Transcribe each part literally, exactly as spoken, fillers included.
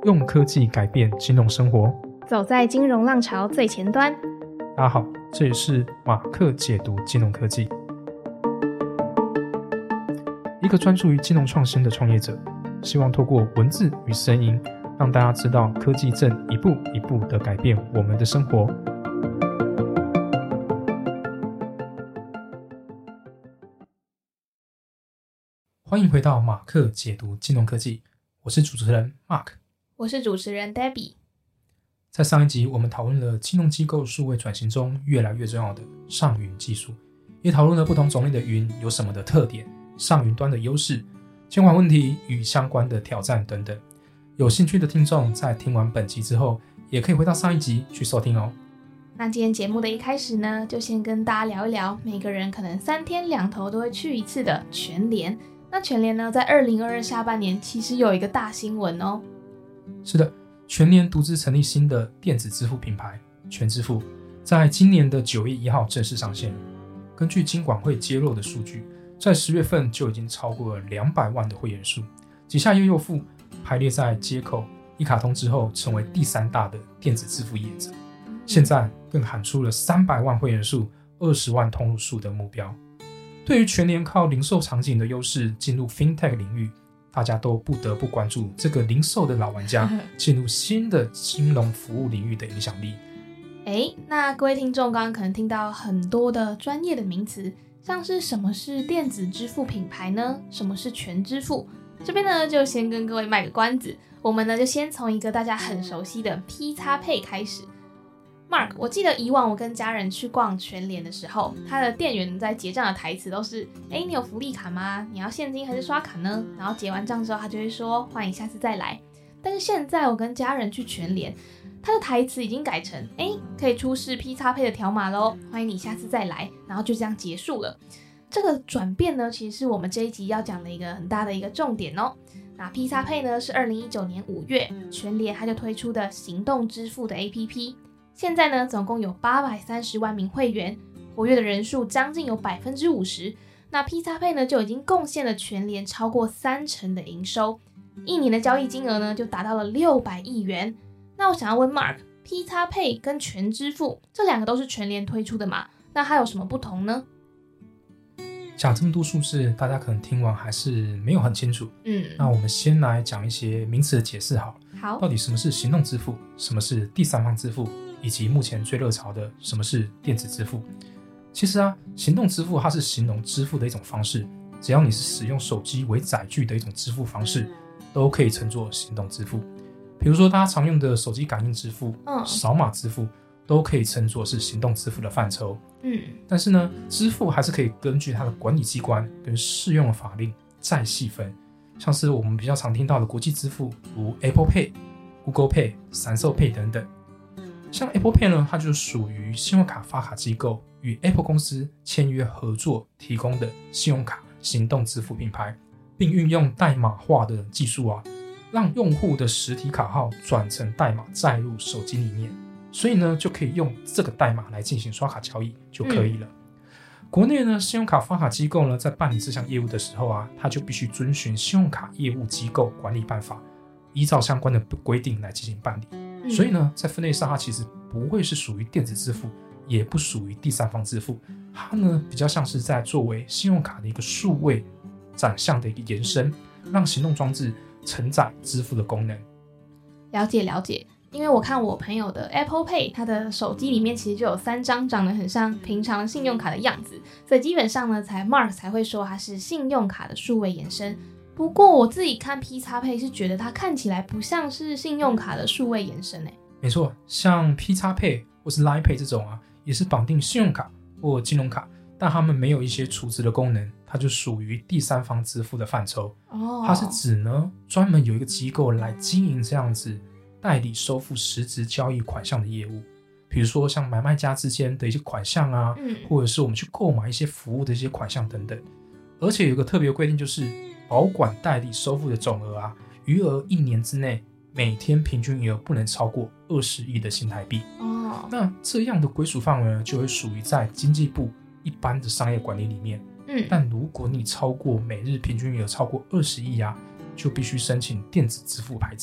用科技改变金融生活， 走在金融浪潮最前端。 大家好，这里是马克解读金融科技，一个专注于金融创新的创业者，希望透过文字与声音，让大家知道科技正一步一步地改变我们的生活。欢迎回到马克解读金融科技，我是主持人 Mark， 我是主持人 Debbie。 在上一集我们讨论了金融机构数位转型中越来越重要的上云技术，也讨论了不同种类的云有什么的特点、上云端的优势、监管问题与相关的挑战等等。有兴趣的听众在听完本集之后，也可以回到上一集去收听哦。 那今天节目的一开始呢，就先跟大家聊一聊每个人可能三天两头都会去一次的全联。那全联呢，在二零二二下半年其实有一个大新闻哦。 是的，全联独自成立新的电子支付品牌全支付，在今年的九月一号正式上线了。根据金管会揭露的数据，在十月份就已经超过了两百万的会员数，旗下悠游付排列在街口、一卡通之后，成为第三大的电子支付业者。现在更喊出了三百万会员数、二十万通路数的目标。对于全联靠零售场景的优势进入 fintech 领域，大家都不得不关注这个零售的老玩家进入新的金融服务领域的影响力。 诶，那各位听众刚刚可能听到很多的专业的名词，像是什么是电子支付品牌呢？什么是全支付？这边呢就先跟各位卖个关子，我们呢就先从一个大家很熟悉的 P 叉 Pay 开始。Mark， 我记得以往我跟家人去逛全联的时候，他的店员在结账的台词都是：哎，你有福利卡吗？你要现金还是刷卡呢？然后结完账之后，他就会说欢迎下次再来。但是现在我跟家人去全联，他的台词已经改成：哎，可以出示 P 叉 Pay 的条码咯，欢迎你下次再来，然后就这样结束了。这个转变呢，其实是我们这一集要讲的一个很大的一个重点哦。那 P 叉 Pay 呢，是二零一九年五月全联他就推出的行动支付的 A P P。现在呢，总共有八百三十万名会员，活跃的人数将近有 百分之五十。那 P 叉 Pay 呢，就已经贡献了全联超过三成的营收，一年的交易金额呢，就达到了六百亿元。那我想要问 Mark，P 叉 Pay 跟全支付这两个都是全联推出的嘛？那它有什么不同呢？ 讲这么多数字，大家可能听完还是没有很清楚。嗯，那我们先来讲一些名词的解释好了。 好， 到底什么是行动支付，什么是第三方支付，以及目前最热潮的什么是电子支付。其实啊，行动支付它是形容支付的一种方式，只要你是使用手机为载具的一种支付方式，都可以称作行动支付。比如说大家常用的手机感应支付、嗯、扫码支付，都可以称作是行动支付的范畴。嗯，但是呢，支付还是可以根据它的管理机关跟适用的法令再细分，像是我们比较常听到的国际支付，如 Apple Pay、Google Pay、三兽 Pay 等等。像 Apple Pay 呢，它就属于信用卡发卡机构与 Apple 公司签约合作提供的信用卡行动支付品牌，并运用代码化的技术啊，让用户的实体卡号转成代码载入手机里面，所以呢，就可以用这个代码来进行刷卡交易就可以了。嗯、国内呢，信用卡发卡机构呢，在办理这项业务的时候啊，它就必须遵循信用卡业务机构管理办法，依照相关的规定来进行办理。嗯、所以呢，在分类上，它其实不会是属于电子支付，也不属于第三方支付，它呢比较像是在作为信用卡的一个数位展项的一个延伸，让行动装置承载支付的功能。 了解了解。因为我看我朋友的 Apple Pay， 他的手机里面其实就有三张长得很像平常信用卡的样子，所以基本上呢，才 Mark 才会说它是信用卡的数位延伸。不过我自己看 P 叉 Pay 是觉得它看起来不像是信用卡的数位延伸诶。 没错，像 P 叉 Pay 或是 Line Pay 这种啊，也是绑定信用卡或金融卡，但它们没有一些储值的功能，它就属于第三方支付的范畴。哦，它是指呢，专门有一个机构来经营这样子代理收付实质交易款项的业务，比如说像买卖家之间的一些款项啊，嗯、或者是我们去购买一些服务的一些款项等等。而且有一个特别的规定，就是保管代理收付的总额啊，余额一年之内每天平均余额不能超过二十亿的新台币。哦，那这样的归属范围呢，就会属于在经济部一般的商业管理里面。嗯，但如果你超过每日平均余额超过二十亿啊，就必须申请电子支付牌照。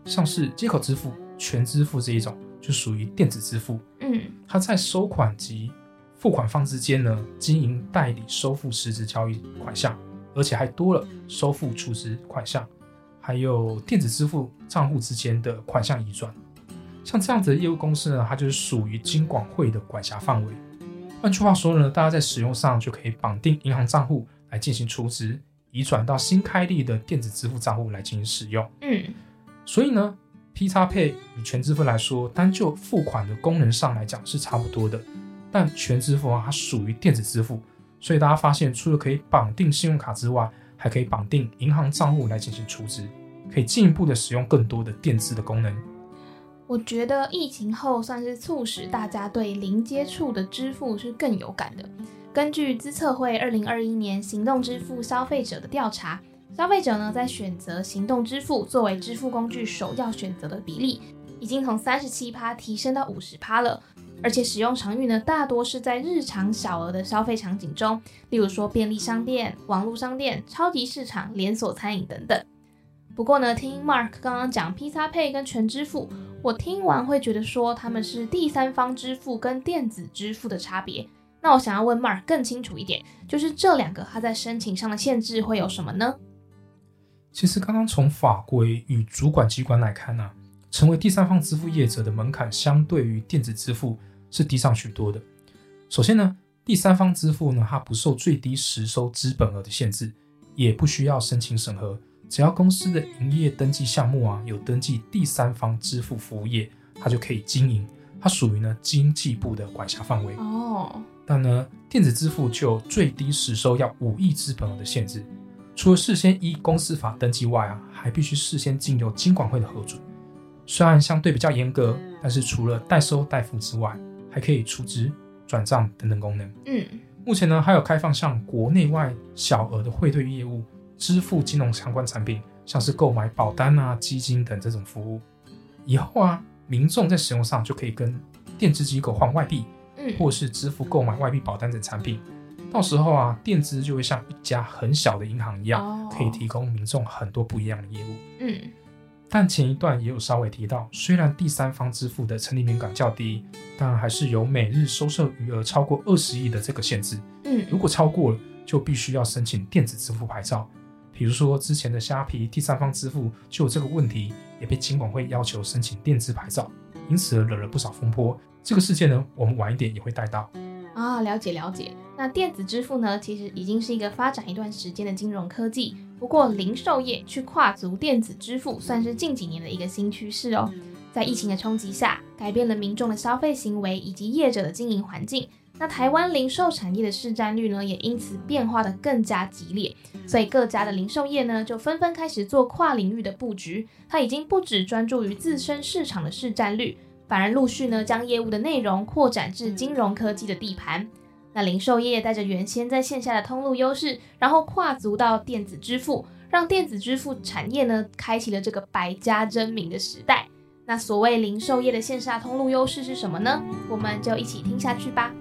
像是接口支付、全支付这一种，就属于电子支付。 嗯， 它在收款及付款方之间呢，经营代理收付实质交易款项，而且还多了收付储值款项，还有电子支付账户之间的款项移转。像这样子的业务公司呢，它就是属于金管会的管辖范围。换句话说呢，大家在使用上就可以绑定银行账户来进行储值，移转到新开立的电子支付账户来进行使用。 嗯， 所以呢 ，PXPay 与全支付来说，单就付款的功能上来讲是差不多的，但全支付啊，它属于电子支付，所以大家发现除了可以绑定信用卡之外，还可以绑定银行账户来进行储值，可以进一步的使用更多的电子的功能。 我觉得疫情后算是促使大家对零接触的支付是更有感的。根据资策会二零二一年行动支付消费者的调查，消费者呢在选择行动支付作为支付工具首要选择的比例，已经从 百分之三十七 提升到 百分之五十 了。而且使用场域呢，大多是在日常小额的消费场景中，例如说便利商店、网络商店、超级市场、连锁餐饮等等。不过呢，听 Mark 刚刚讲 PXPay 跟全支付，我听完会觉得说他们是第三方支付跟电子支付的差别。那我想要问 Mark 更清楚一点，就是这两个它在申请上的限制会有什么呢？ 其实刚刚从法规与主管机关来看啊，成为第三方支付业者的门槛相对于电子支付是低上许多的。首先呢，第三方支付呢，它不受最低实收资本额的限制，也不需要申请审核，只要公司的营业登记项目啊有登记第三方支付服务业，它就可以经营，它属于呢经济部的管辖范围。 哦， 但呢，电子支付就有最低实收要五亿资本额的限制，除了事先依公司法登记外啊，还必须事先经由金管会的核准。虽然相对比较严格，但是除了代收代付之外，还可以储值、转账等等功能。 嗯， 目前呢，还有开放向国内外小额的汇兑业务、支付金融相关产品，像是购买保单啊、基金等这种服务。以后啊，民众在使用上就可以跟电支机构换外币， 嗯， 或是支付购买外币保单等产品。到时候啊，电支就会像一家很小的银行一样， 哦， 可以提供民众很多不一样的业务。 嗯， 但前一段也有稍微提到，虽然第三方支付的成立门槛较低，但还是有每日收受余额超过二十亿的这个限制。 嗯， 如果超过了，就必须要申请电子支付牌照。比如说之前的虾皮第三方支付就有这个问题，也被金管会要求申请电子牌照，因此惹了不少风波。这个事件呢，我们晚一点也会带到。 啊，了解了解。那电子支付呢，其实已经是一个发展一段时间的金融科技。不过零售业去跨足电子支付，算是近几年的一个新趋势哦。在疫情的冲击下，改变了民众的消费行为以及业者的经营环境。那台湾零售产业的市占率呢，也因此变化的更加激烈。所以各家的零售业呢，就纷纷开始做跨领域的布局。它已经不只专注于自身市场的市占率，反而陆续呢将业务的内容扩展至金融科技的地盘。那零售业带着原先在线下的通路优势，然后跨足到电子支付，让电子支付产业呢开启了这个百家争鸣的时代。那所谓零售业的线下通路优势是什么呢？我们就一起听下去吧。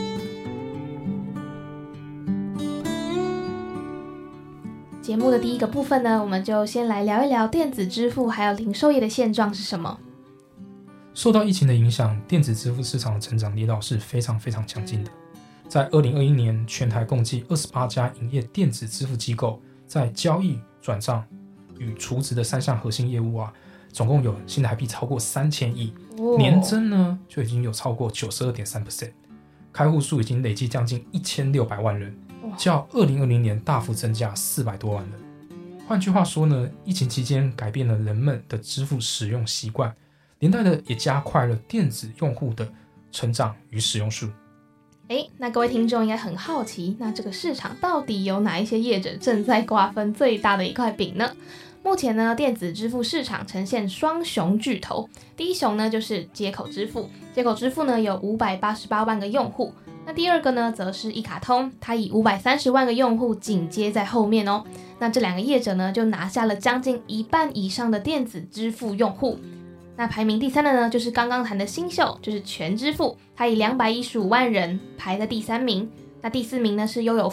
节目的第一个部分呢，我们就先来聊一聊电子支付还有零售业的现状是什么。 受到疫情的影响，电子支付市场的成长力道是非常非常强劲的。在二零二一年，全台共计二十八家营业电子支付机构，在交易、转账与储值的三项核心业务啊，总共有新台币超过三千亿， 哦， 年增呢就已经有超过 百分之九十二点三， 开户数已经累计将近一千六百万人，较二零二零年大幅增加四百多万人。换句话说呢，疫情期间改变了人们的支付使用习惯，连带的也加快了电子用户的成长与使用数。 诶，那各位听众应该很好奇，那这个市场到底有哪一些业者正在瓜分最大的一块饼呢？目前呢，电子支付市场呈现双雄巨头。第一雄呢就是接口支付，接口支付呢有五百八十八万个用户。那第二个呢则是一卡通，它以五百三十万个用户紧接在后面哦。那这两个业者呢就拿下了将近一半以上的电子支付用户。那排名第三的呢，就是刚刚谈的新秀，就是全支付，它以两百一十五万人排在第三名。那第四名呢是悠游付，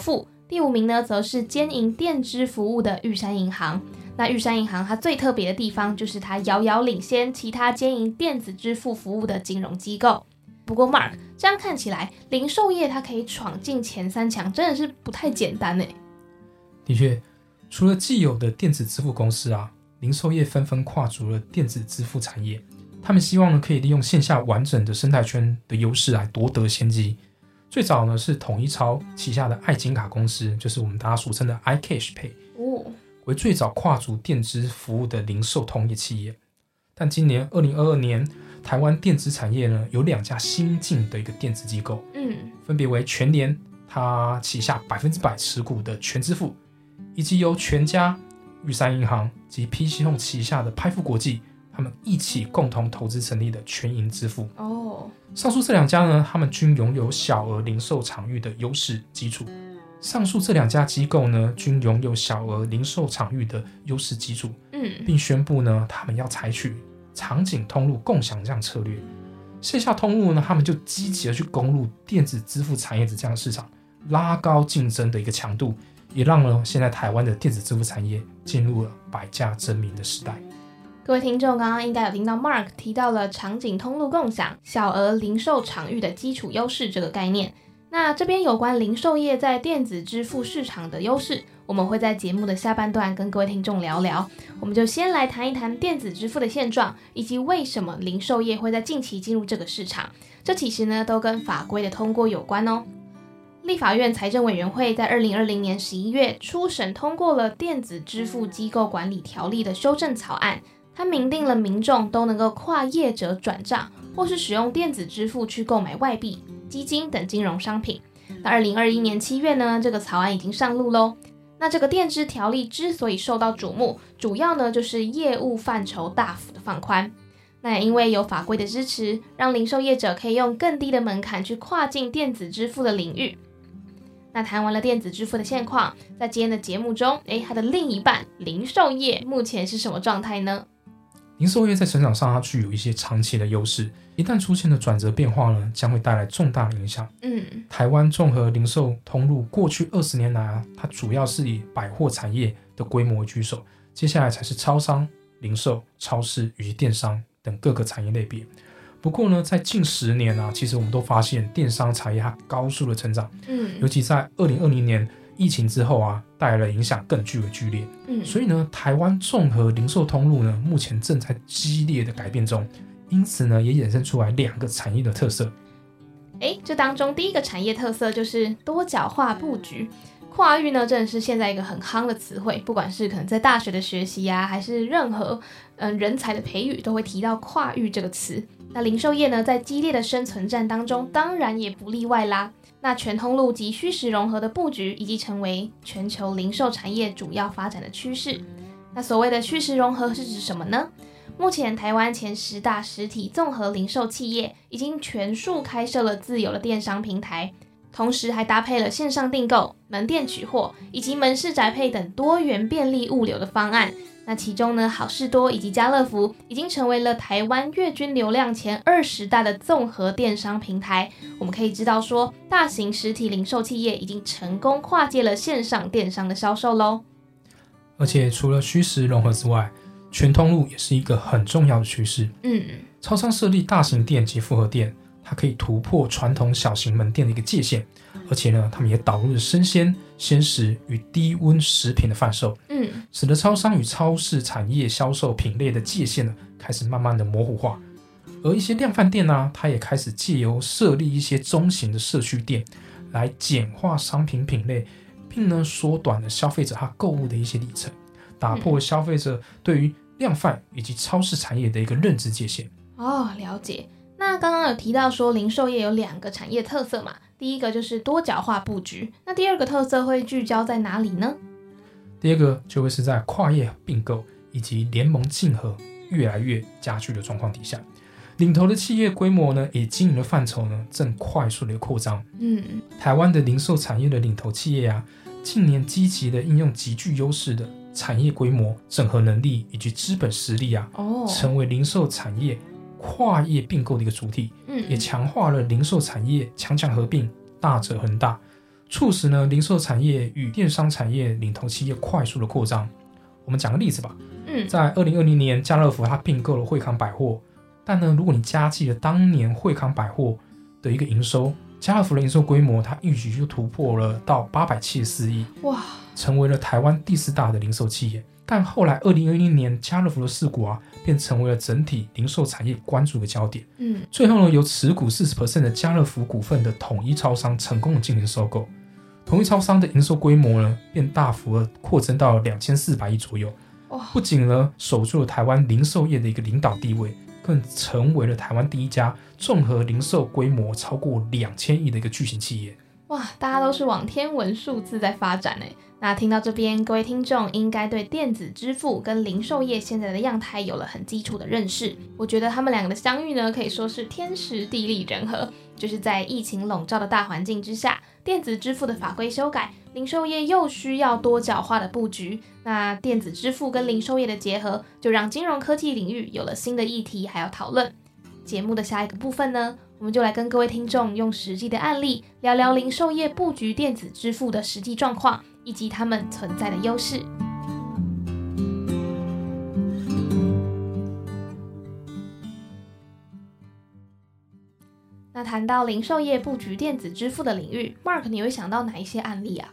第五名呢，则是兼营电支服务的玉山银行。那玉山银行它最特别的地方就是它遥遥领先其他兼营电子支付服务的金融机构。不过 Mark， 这样看起来零售业它可以闯进前三强，真的是不太简单耶。 的确，除了既有的电子支付公司啊，零售业纷纷跨足了电子支付产业。他们希望呢，可以利用线下完整的生态圈的优势来夺得先机。最早呢是统一超旗下的爱金卡公司，就是我们大家俗称的 iCash Pay，哦，为最早跨足电支服务的零售同业企业。但今年二零二二年，台湾电子产业呢有两家新进的一个电子机构，嗯，分别为全联，它旗下百分之百持股的全支付，以及由全家、玉山银行及 P C Home 旗下的拍付国际，他们一起共同投资成立的全银支付。哦，上述这两家呢，他们均拥有小额零售场域的优势基础。上述这两家机构呢，均拥有小额零售场域的优势基础，嗯，并宣布呢，他们要采取场景通路共享这样策略。线下通路呢，他们就积极的去攻入电子支付产业的这样的市场，拉高竞争的一个强度，也让呢现在台湾的电子支付产业进入了百家争鸣的时代。 各位听众刚刚应该有听到 Mark 提到了场景通路共享、小额零售场域的基础优势这个概念。那这边有关零售业在电子支付市场的优势，我们会在节目的下半段跟各位听众聊聊。我们就先来谈一谈电子支付的现状，以及为什么零售业会在近期进入这个市场。这其实呢都跟法规的通过有关哦。立法院财政委员会在二零二零年十一月初审通过了电子支付机构管理条例的修正草案，它明定了民众都能够跨业者转账，或是使用电子支付去购买外币、基金等金融商品。那二零二一年七月呢，这个草案已经上路咯。那这个电支条例之所以受到瞩目，主要呢就是业务范畴大幅的放宽。那也因为有法规的支持，让零售业者可以用更低的门槛去跨进电子支付的领域。那谈完了电子支付的现况，在今天的节目中，诶，它的另一半零售业目前是什么状态呢？ 零售业在成长上它具有一些长期的优势，一旦出现的转折变化呢，将会带来重大的影响。嗯，台湾综合零售通路过去二十年来啊，它主要是以百货产业的规模为居首，接下来才是超商、零售、超市以及电商等各个产业类别。不过呢，在近十年啊，其实我们都发现电商产业它高速的成长，嗯，尤其在二零二零年疫情之后啊，带来的影响更具为剧烈。嗯，所以呢，台湾综合零售通路呢，目前正在激烈的改变中，因此呢，也衍生出来两个产业的特色。 诶，这当中第一个产业特色就是多角化布局。跨域呢，真的是现在一个很夯的词汇，不管是可能在大学的学习啊，还是任何、呃、人才的培育，都会提到跨域这个词。那零售业呢，在激烈的生存战当中，当然也不例外啦。那全通路及虚实融合的布局，已经成为全球零售产业主要发展的趋势。那所谓的虚实融合是指什么呢？目前台湾前十大实体综合零售企业已经全数开设了自有的电商平台，同时还搭配了线上订购、门店取货以及门市宅配等多元便利物流的方案。那其中呢，好事多以及家乐福已经成为了台湾月均流量前二十大的综合电商平台。我们可以知道说，大型实体零售企业已经成功跨界了线上电商的销售咯。 而且除了虚实融合之外，全通路也是一个很重要的趋势。嗯，超商设立大型店及复合店，它可以突破传统小型门店的一个界限，而且呢，他们也导入了生鲜、鲜食与低温食品的贩售，嗯，使得超商与超市产业销售品类的界限呢，开始慢慢的模糊化。而一些量贩店呢、啊，它也开始借由设立一些中型的社区店，来简化商品品类，并呢缩短了消费者他购物的一些里程，打破消费者对于量贩以及超市产业的一个认知界限。 哦，了解。那刚刚有提到说零售业有两个产业特色嘛，第一个就是多角化布局，那第二个特色会聚焦在哪里呢？ 第二个就会是在跨业并购以及联盟竞合越来越加剧的状况底下，领头的企业规模呢，也经营的范畴呢正快速的扩张。嗯，台湾的零售产业的领头企业啊，近年积极的应用极具优势的产业规模、整合能力以及资本实力啊，哦，成为零售产业跨业并购的一个主体，嗯，也强化了零售产业强强合并、大者恒大， 促使呢零售产业与电商产业领头企业快速的扩张。我们讲个例子吧， 嗯， 在二零二零年，家乐福它并购了惠康百货，但呢，如果你加计了当年惠康百货的一个营收，家乐福的营收规模它一举就突破了到八百七十四亿， 哇， 成为了台湾第四大的零售企业。但后来二零二零年家乐福的事故啊，便成为了整体零售产业关注的焦点。 嗯， 最后呢，由持股 百分之四十 的家乐福股份的统一超商成功的进行收购，统一超商的营收规模呢，便大幅的扩增到两千四百亿左右。不仅呢守住了台湾零售业的一个领导地位，更成为了台湾第一家综合零售规模超过两千亿的一个巨型企业。 哇，大家都是往天文数字在发展耶。那听到这边，各位听众应该对电子支付跟零售业现在的样态有了很基础的认识。我觉得他们两个的相遇呢，可以说是天时地利人和，就是在疫情笼罩的大环境之下，电子支付的法规修改，零售业又需要多角化的布局，那电子支付跟零售业的结合，就让金融科技领域有了新的议题还有讨论。节目的下一个部分呢，我们就来跟各位听众用实际的案例聊聊零售业布局电子支付的实际状况，以及他们存在的优势。那谈到零售业布局电子支付的领域 ，Mark 你会想到哪一些案例啊？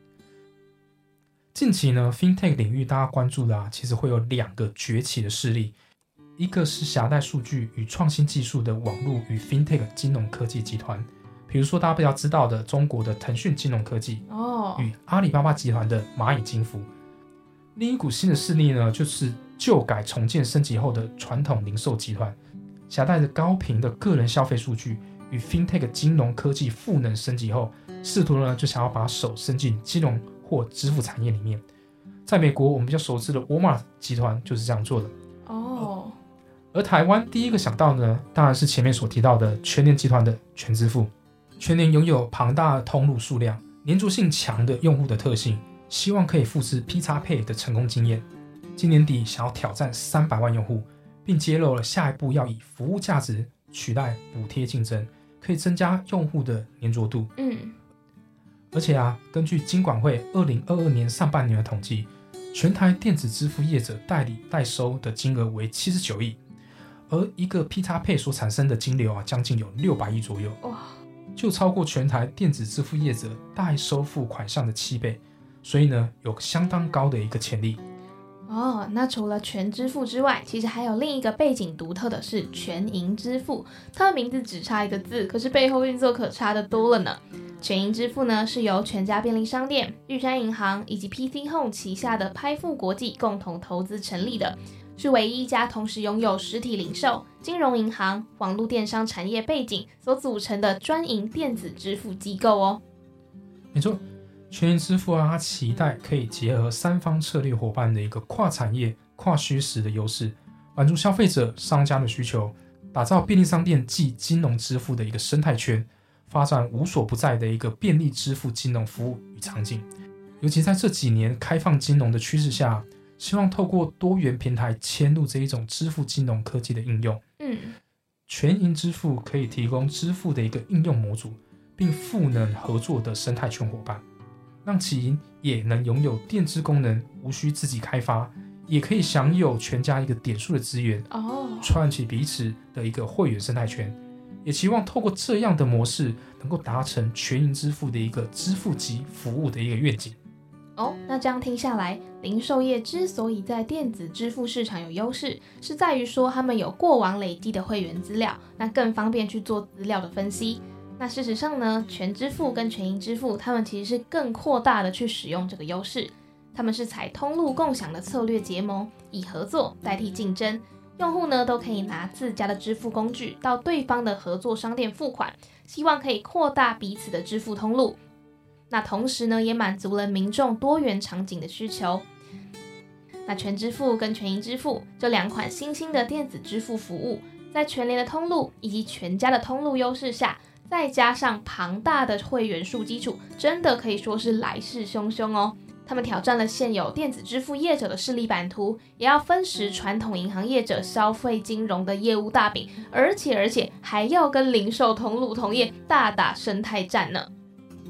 近期呢 ，FinTech 领域大家关注的啊，其实会有两个崛起的势力，一个是携带数据与创新技术的网络与 FinTech 金融科技集团，比如说大家比较知道的中国的腾讯金融科技哦， 与阿里巴巴集团的蚂蚁金服。另一股新的势力呢，就是旧改重建升级后的传统零售集团，携带着高频的个人消费数据与 FinTech 金融科技赋能升级后，试图呢就想要把手伸进金融或支付产业里面。在美国，我们比较熟知的 Walmart 集团就是这样做的。 哦， 而台湾第一个想到的呢，当然是前面所提到的全联集团的全支付。全联拥有庞大的通路数量、黏着性强的用户的特性，希望可以复制 P X Pay 的成功经验。今年底想要挑战三百万用户，并揭露了下一步要以服务价值取代补贴竞争，可以增加用户的黏着度。 嗯， 而且啊，根据金管会二零二二年上半年的统计，全台电子支付业者代理代收的金额为七十九亿，而一个 P X Pay 所产生的金流啊，将近有六百亿左右， 哇， 就超过全台电子支付业者代收付款项的七倍，所以呢，有相当高的一个潜力。 哦，那除了全支付之外，其实还有另一个背景独特的是全银支付，它的名字只差一个字，可是背后运作可差得多了呢。全银支付呢，是由全家便利商店、玉山银行以及 P C Home 旗下的拍付国际共同投资成立的，是唯一一家同时拥有实体零售、金融银行、网络电商产业背景所组成的专营电子支付机构哦。 没错，全银支付啊，它期待可以结合三方策略伙伴的一个跨产业、跨虚实的优势，满足消费者、商家的需求，打造便利商店暨金融支付的一个生态圈，发展无所不在的一个便利支付金融服务与场景。尤其在这几年开放金融的趋势下，希望透过多元平台嵌入这一种支付金融科技的应用。 嗯， 全银支付可以提供支付的一个应用模组，并赋能合作的生态圈伙伴，让起银也能拥有电支功能，无需自己开发，也可以享有全家一个点数的资源， 哦， 串起彼此的一个会员生态圈。也期望透过这样的模式，能够达成全银支付的一个支付及服务的一个愿景。 哦，那这样听下来，零售业之所以在电子支付市场有优势，是在于说他们有过往累积的会员资料，那更方便去做资料的分析。那事实上呢，全支付跟全银支付，他们其实是更扩大的去使用这个优势。他们是采通路共享的策略结盟，以合作代替竞争。用户呢都可以拿自家的支付工具到对方的合作商店付款，希望可以扩大彼此的支付通路。那同时呢，也满足了民众多元场景的需求。那全支付跟全银支付这两款新兴的电子支付服务，在全联的通路以及全家的通路优势下，再加上庞大的会员数基础，真的可以说是来势汹汹哦。他们挑战了现有电子支付业者的势力版图，也要分食传统银行业者消费金融的业务大饼，而且而且还要跟零售通路同业大打生态战呢。 没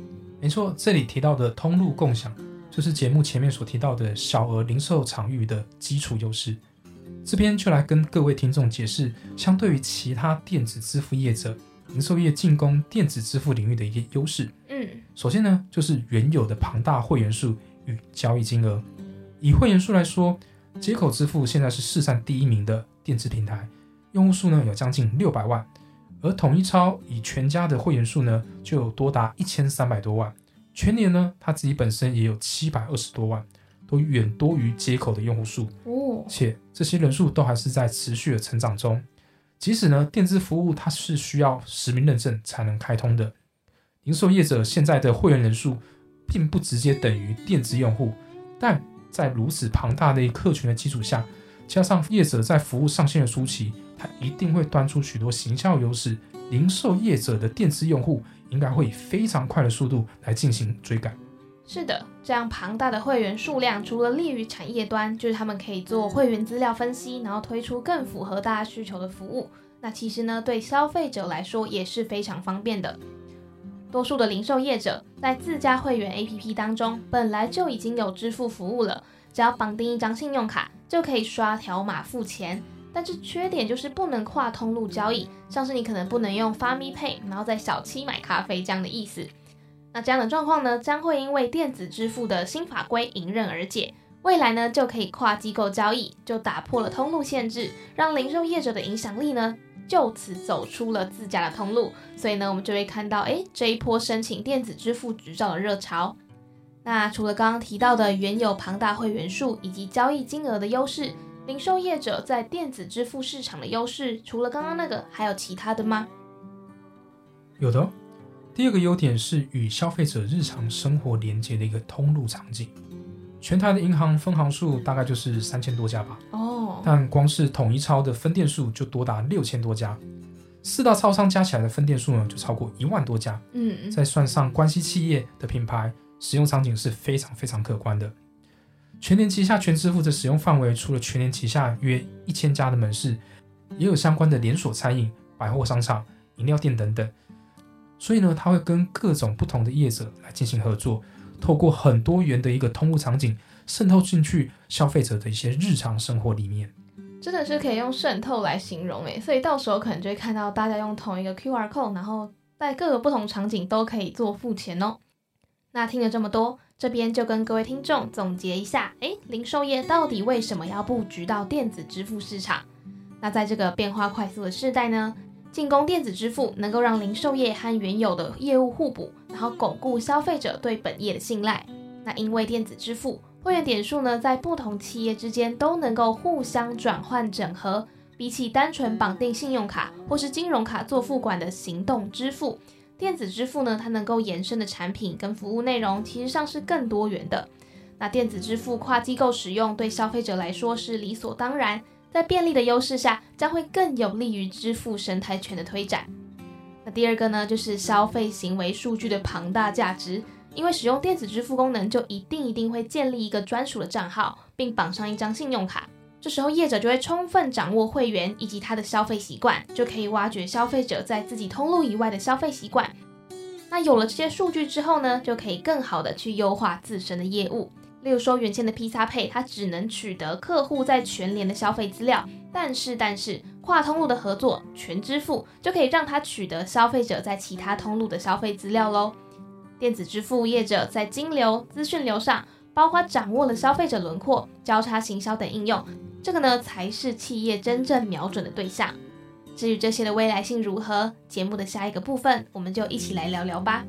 没错，这里提到的通路共享，就是节目前面所提到的小额零售场域的基础优势。这边就来跟各位听众解释，相对于其他电子支付业者，零售业进攻电子支付领域的一些优势。 嗯， 首先呢，就是原有的庞大会员数与交易金额。以会员数来说，街口支付现在是市占第一名的电子平台，用户数呢有将近六百万，而统一超以全家的会员数呢就有多达一千三百多万，全年呢它自己本身也有七百二十多万，都远多于街口的用户数。 哦， 且这些人数都还是在持续的成长中。即使呢电子服务它是需要实名认证才能开通的，零售业者现在的会员人数并不直接等于电子用户，但在如此庞大的一客群的基础下，加上业者在服务上线的初期，它一定会端出许多行销优势，零售业者的电子用户应该会以非常快的速度来进行追赶。 是的，这样庞大的会员数量，除了利于产业端，就是他们可以做会员资料分析，然后推出更符合大家需求的服务。那其实呢，对消费者来说也是非常方便的。多数的零售业者在自家会员 A P P 当中，本来就已经有支付服务了，只要绑定一张信用卡，就可以刷条码付钱。但是缺点就是不能跨通路交易，像是你可能不能用 FamiPay， 然后在小七买咖啡这样的意思。那这样的状况呢，将会因为电子支付的新法规迎刃而解。未来呢，就可以跨机构交易，就打破了通路限制，让零售业者的影响力呢，就此走出了自家的通路。所以呢，我们就会看到，哎，这一波申请电子支付执照的热潮。那除了刚刚提到的原有庞大会员数以及交易金额的优势，零售业者在电子支付市场的优势，除了刚刚那个，还有其他的吗？ 有的。第二个优点是与消费者日常生活连接的一个通路场景。全台的银行分行数大概就是三千多家吧， 哦， 但光是统一超的分店数就多达六千多家，四大超商加起来的分店数呢就超过一万多家。 嗯， 再算上关系企业的品牌，使用场景是非常非常可观的。全联旗下全支付的使用范围，除了全联旗下约一千家的门市，也有相关的连锁餐饮、百货商场、饮料店等等。所以呢，它会跟各种不同的业者来进行合作，透过很多元的一个通路场景，渗透进去消费者的一些日常生活里面。 真的是可以用渗透来形容诶，所以到时候可能就会看到大家用同一个 Q R code， 然后在各个不同场景都可以做付钱哦。那听了这么多，这边就跟各位听众总结一下，诶，零售业到底为什么要布局到电子支付市场？那在这个变化快速的世代呢，进攻电子支付能够让零售业和原有的业务互补，然后巩固消费者对本业的信赖。那因为电子支付，会员点数呢在不同企业之间都能够互相转换整合，比起单纯绑定信用卡或是金融卡做付款的行动支付，电子支付呢它能够延伸的产品跟服务内容其实上是更多元的。那电子支付跨机构使用对消费者来说是理所当然，在便利的优势下，将会更有利于支付生态圈的推展。那第二个呢，就是消费行为数据的庞大价值。因为使用电子支付功能，就一定一定会建立一个专属的账号，并绑上一张信用卡。这时候业者就会充分掌握会员以及他的消费习惯，就可以挖掘消费者在自己通路以外的消费习惯。那有了这些数据之后呢，就可以更好的去优化自身的业务。例如说原先的 PizzaPay， 它只能取得客户在全联的消费资料，但是但是跨通路的合作全支付就可以让它取得消费者在其他通路的消费资料咯。电子支付业者在金流、资讯流上，包括掌握了消费者轮廓、交叉行销等应用，这个呢才是企业真正瞄准的对象。至于这些的未来性如何，节目的下一个部分我们就一起来聊聊吧。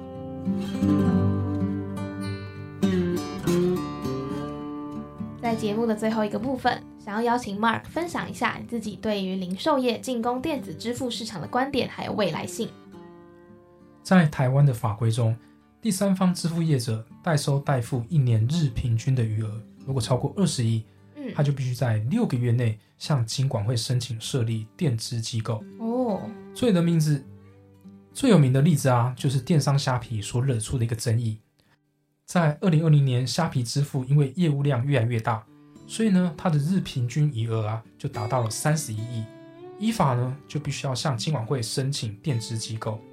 在节目的最后一个部分，想要邀请 Mark 分享一下你自己对于零售业进攻电子支付市场的观点还有未来性。 在台湾的法规中，第三方支付业者代收代付一年日平均的余额，如果超过二十亿， 嗯， 他就必须在六个月内向金管会申请设立电支机构。 哦， 最有名字最有名的例子啊，就是电商虾皮所惹出的一个争议。在二零二零年，虾皮支付因为业务量越来越大，所以呢，它的日平均余额啊就达到了三十一亿，依法呢就必须要向金管会申请电支机构。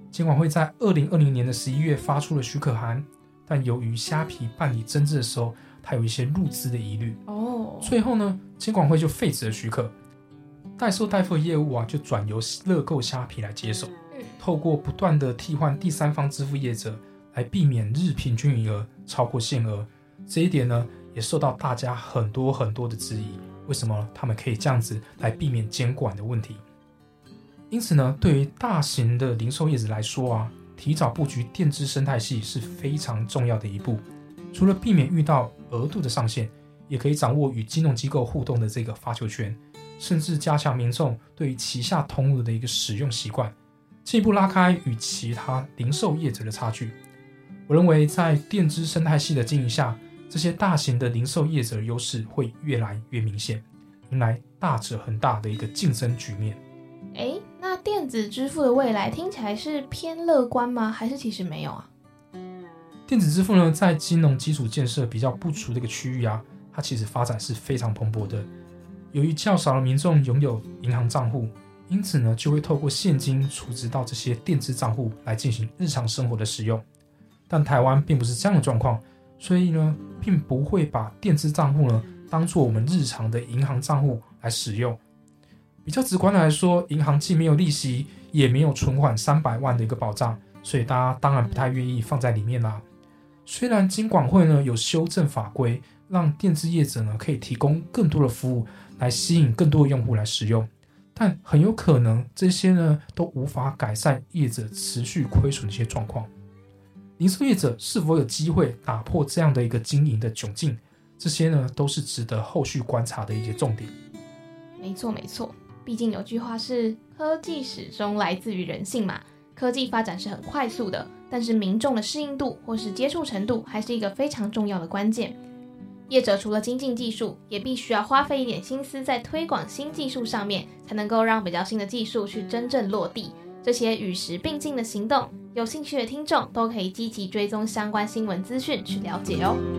监管会在二零二零年的十一月发出了许可函，但由于虾皮办理增资的时候，它有一些入资的疑虑， 哦， 最后呢，监管会就废止了许可，代售代付的业务啊，就转由乐购虾皮来接手， 嗯， 透过不断的替换第三方支付业者，来避免日平均余额超过限额。这一点呢，也受到大家很多很多的质疑，为什么他们可以这样子来避免监管的问题？因此呢，对于大型的零售业者来说啊，提早布局电支生态系是非常重要的一步。除了避免遇到额度的上限，也可以掌握与金融机构互动的这个发球权，甚至加强民众对于旗下通路的一个使用习惯，进一步拉开与其他零售业者的差距。我认为在电支生态系的经营下，这些大型的零售业者的优势会越来越明显，迎来大者恒大的一个竞争局面。 诶，那电子支付的未来听起来是偏乐观吗？还是其实没有啊？ 电子支付呢，在金融基础建设比较不足的一个区域啊，它其实发展是非常蓬勃的。由于较少的民众拥有银行账户，因此呢，就会透过现金储值到这些电子账户来进行日常生活的使用。但台湾并不是这样的状况，所以呢，并不会把电子账户呢当作我们日常的银行账户来使用。比较直观的来说，银行既没有利息，也没有存款三百万的一个保障，所以大家当然不太愿意放在里面啦。虽然金管会呢有修正法规，让电子业者呢可以提供更多的服务来吸引更多的用户来使用，但很有可能这些呢都无法改善业者持续亏损的一些状况。零售业者是否有机会打破这样的一个经营的窘境，这些呢都是值得后续观察的一些重点。 没错没错，毕竟有句话是科技始终来自于人性嘛，科技发展是很快速的，但是民众的适应度或是接触程度还是一个非常重要的关键。业者除了精进技术，也必须要花费一点心思在推广新技术上面，才能够让比较新的技术去真正落地。这些与时并进的行动，有兴趣的听众都可以积极追踪相关新闻资讯去了解哦。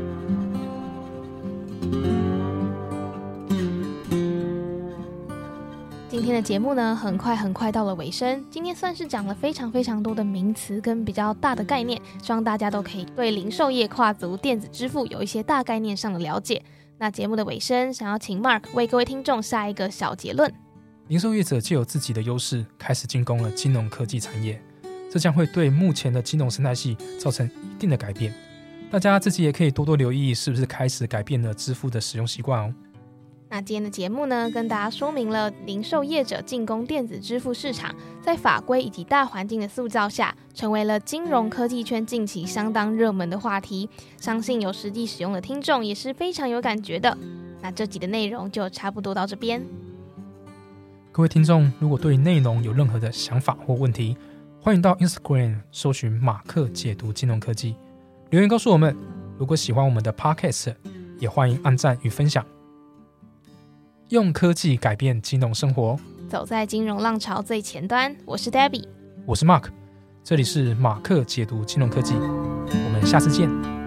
今天的节目呢，很快很快到了尾声。今天算是讲了非常非常多的名词跟比较大的概念，希望大家都可以对零售业跨足电子支付有一些大概念上的了解。那节目的尾声，想要请 Mark 为各位听众下一个小结论。 零售业者藉由自己的优势，开始进攻了金融科技产业，这将会对目前的金融生态系造成一定的改变。大家自己也可以多多留意，是不是开始改变了支付的使用习惯哦。 那今天的节目呢，跟大家说明了零售业者进攻电子支付市场，在法规以及大环境的塑造下，成为了金融科技圈近期相当热门的话题。相信有实际使用的听众也是非常有感觉的。那这集的内容就差不多到这边。 各位听众，如果对内容有任何的想法或问题，欢迎到 Instagram 搜寻马克解读金融科技，留言告诉我们。如果喜欢我们的 Podcast， 也欢迎按赞与分享。用科技改变金融生活， 走在金融浪潮最前端。我是 Debbie， 我是 Mark， 这里是马克解读金融科技，我们下次见。